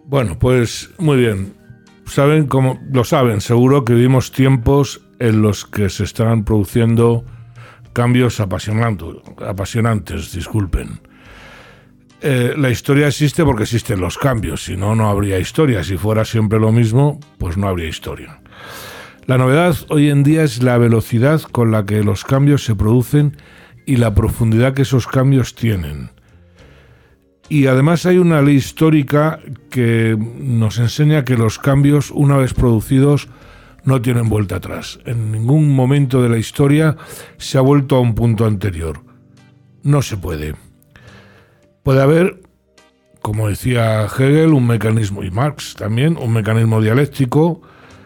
Bueno, pues muy bien. Lo saben, seguro que vivimos tiempos en los que se están produciendo cambios apasionantes, disculpen. La historia existe porque existen los cambios, si no, no habría historia. Si fuera siempre lo mismo, pues no habría historia. La novedad hoy en día es la velocidad con la que los cambios se producen y la profundidad que esos cambios tienen. Y además hay una ley histórica que nos enseña que los cambios, una vez producidos, no tienen vuelta atrás. En ningún momento de la historia se ha vuelto a un punto anterior. No se puede. Puede haber, como decía Hegel, un mecanismo, y Marx también, un mecanismo dialéctico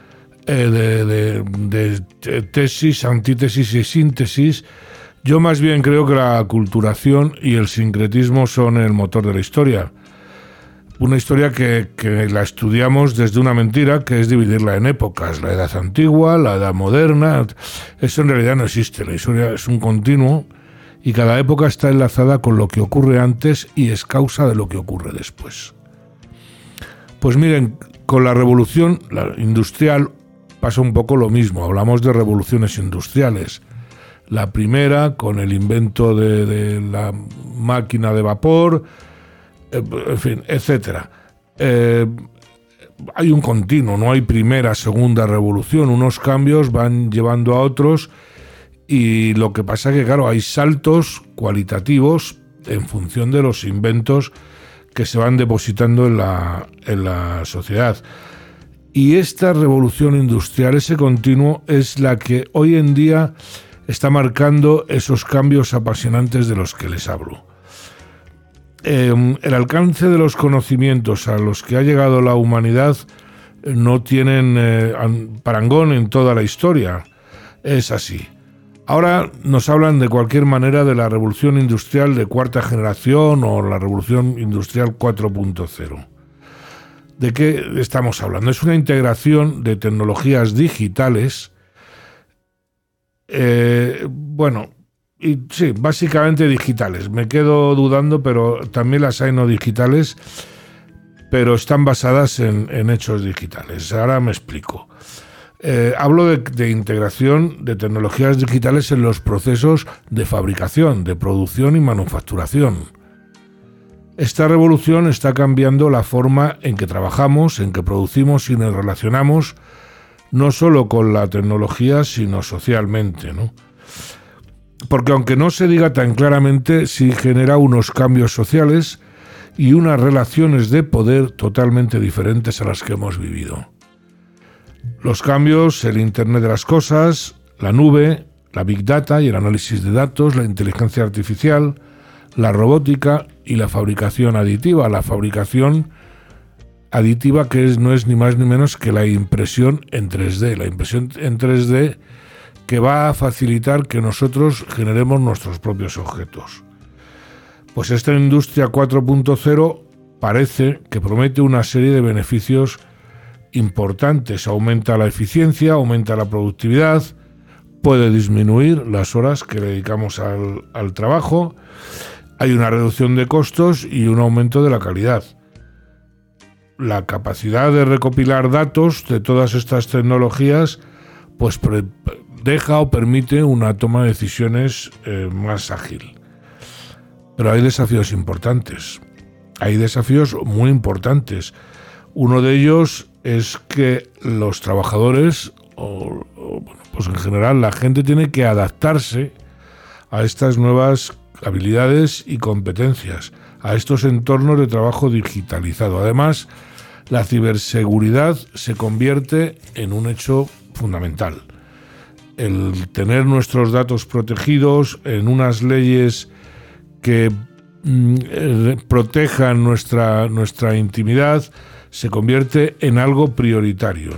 de tesis, antítesis y síntesis. Yo más bien creo que la aculturación y el sincretismo son el motor de la historia. Una historia que la estudiamos desde una mentira, que es dividirla en épocas, la edad antigua, la edad moderna. Eso en realidad no existe, la historia es un continuo y cada época está enlazada con lo que ocurre antes y es causa de lo que ocurre después. Pues miren, con la revolución industrial pasa un poco lo mismo, hablamos de revoluciones industriales. La primera con el invento de la máquina de vapor, en fin, etcétera. Hay un continuo, no hay primera, segunda revolución. Unos cambios van llevando a otros y lo que pasa es que, claro, hay saltos cualitativos en función de los inventos que se van depositando en la sociedad. Y esta revolución industrial, ese continuo, es la que hoy en día está marcando esos cambios apasionantes de los que les hablo. El alcance de los conocimientos a los que ha llegado la humanidad no tienen parangón en toda la historia. Es así. Ahora nos hablan de cualquier manera de la revolución industrial de cuarta generación o la revolución industrial 4.0. ¿De qué estamos hablando? Es una integración de tecnologías digitales. Sí, básicamente digitales. Me quedo dudando, pero también las hay no digitales, pero están basadas en hechos digitales. Ahora me explico. Hablo de integración de tecnologías digitales en los procesos de fabricación, de producción y manufacturación. Esta revolución está cambiando la forma en que trabajamos, en que producimos y nos relacionamos, no solo con la tecnología, sino socialmente, ¿no? Porque aunque no se diga tan claramente, sí genera unos cambios sociales y unas relaciones de poder totalmente diferentes a las que hemos vivido. Los cambios, el Internet de las cosas, la nube, la Big Data y el análisis de datos, la inteligencia artificial, la robótica y la fabricación aditiva. La fabricación aditiva no es ni más ni menos que la impresión en 3D. La impresión en 3D que va a facilitar que nosotros generemos nuestros propios objetos. Pues esta industria 4.0 parece que promete una serie de beneficios importantes. Aumenta la eficiencia, aumenta la productividad, puede disminuir las horas que dedicamos al trabajo, hay una reducción de costos y un aumento de la calidad. La capacidad de recopilar datos de todas estas tecnologías pues deja o permite una toma de decisiones más ágil. Pero hay desafíos importantes. Hay desafíos muy importantes. Uno de ellos es que los trabajadores, pues en general la gente, tiene que adaptarse a estas nuevas habilidades y competencias, a estos entornos de trabajo digitalizado. Además, la ciberseguridad se convierte en un hecho fundamental. El tener nuestros datos protegidos en unas leyes que protejan nuestra intimidad se convierte en algo prioritario,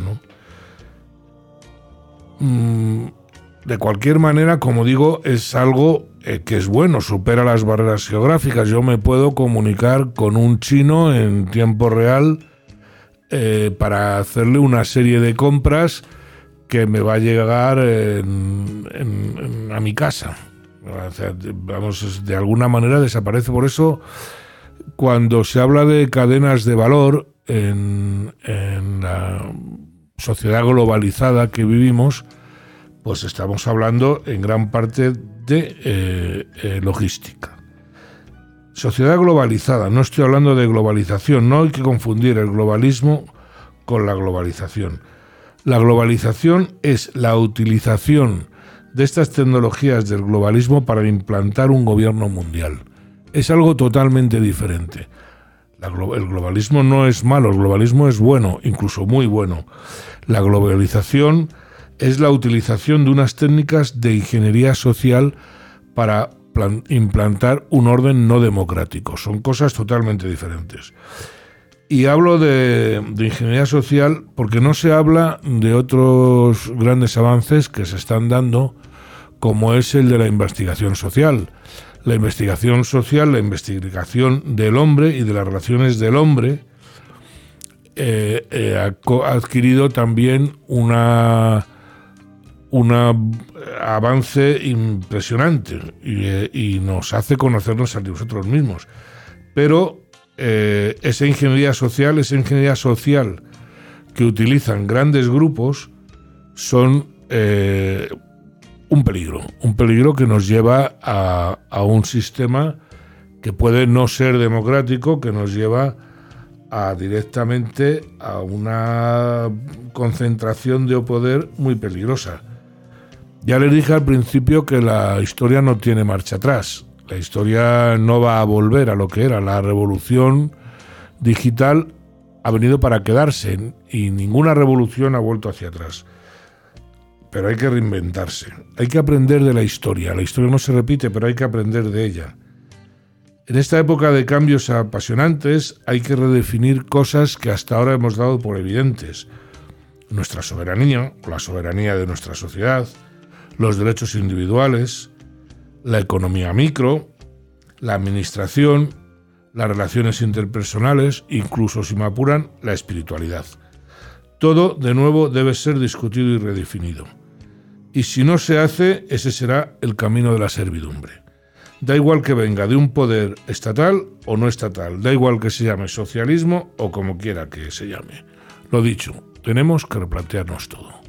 ¿no? De cualquier manera, como digo, es algo que es bueno, supera las barreras geográficas. Yo me puedo comunicar con un chino en tiempo real para hacerle una serie de compras que me va a llegar a mi casa. O sea, de alguna manera desaparece. Por eso, cuando se habla de cadenas de valor, en la sociedad globalizada que vivimos, pues estamos hablando en gran parte de logística. Sociedad globalizada, no estoy hablando de globalización, no hay que confundir el globalismo con la globalización. La globalización es la utilización de estas tecnologías del globalismo para implantar un gobierno mundial. Es algo totalmente diferente. El globalismo no es malo, el globalismo es bueno, incluso muy bueno. La globalización es la utilización de unas técnicas de ingeniería social para implantar un orden no democrático. Son cosas totalmente diferentes. Y hablo de ingeniería social porque no se habla de otros grandes avances que se están dando, como es el de la investigación social. La investigación social, la investigación del hombre y de las relaciones del hombre ha adquirido también un avance impresionante y nos hace conocernos a nosotros mismos. Pero esa ingeniería social que utilizan grandes grupos son un peligro que nos lleva a un sistema que puede no ser democrático, que nos lleva directamente a una concentración de poder muy peligrosa. Ya les dije al principio que la historia no tiene marcha atrás. La historia no va a volver a lo que era. La revolución digital ha venido para quedarse y ninguna revolución ha vuelto hacia atrás. Pero hay que reinventarse. Hay que aprender de la historia. La historia no se repite, pero hay que aprender de ella. En esta época de cambios apasionantes hay que redefinir cosas que hasta ahora hemos dado por evidentes. Nuestra soberanía, o la soberanía de nuestra sociedad, los derechos individuales, la economía micro, la administración, las relaciones interpersonales, incluso si me apuran, la espiritualidad. Todo, de nuevo, debe ser discutido y redefinido. Y si no se hace, ese será el camino de la servidumbre. Da igual que venga de un poder estatal o no estatal, da igual que se llame socialismo o como quiera que se llame. Lo dicho, tenemos que replantearnos todo.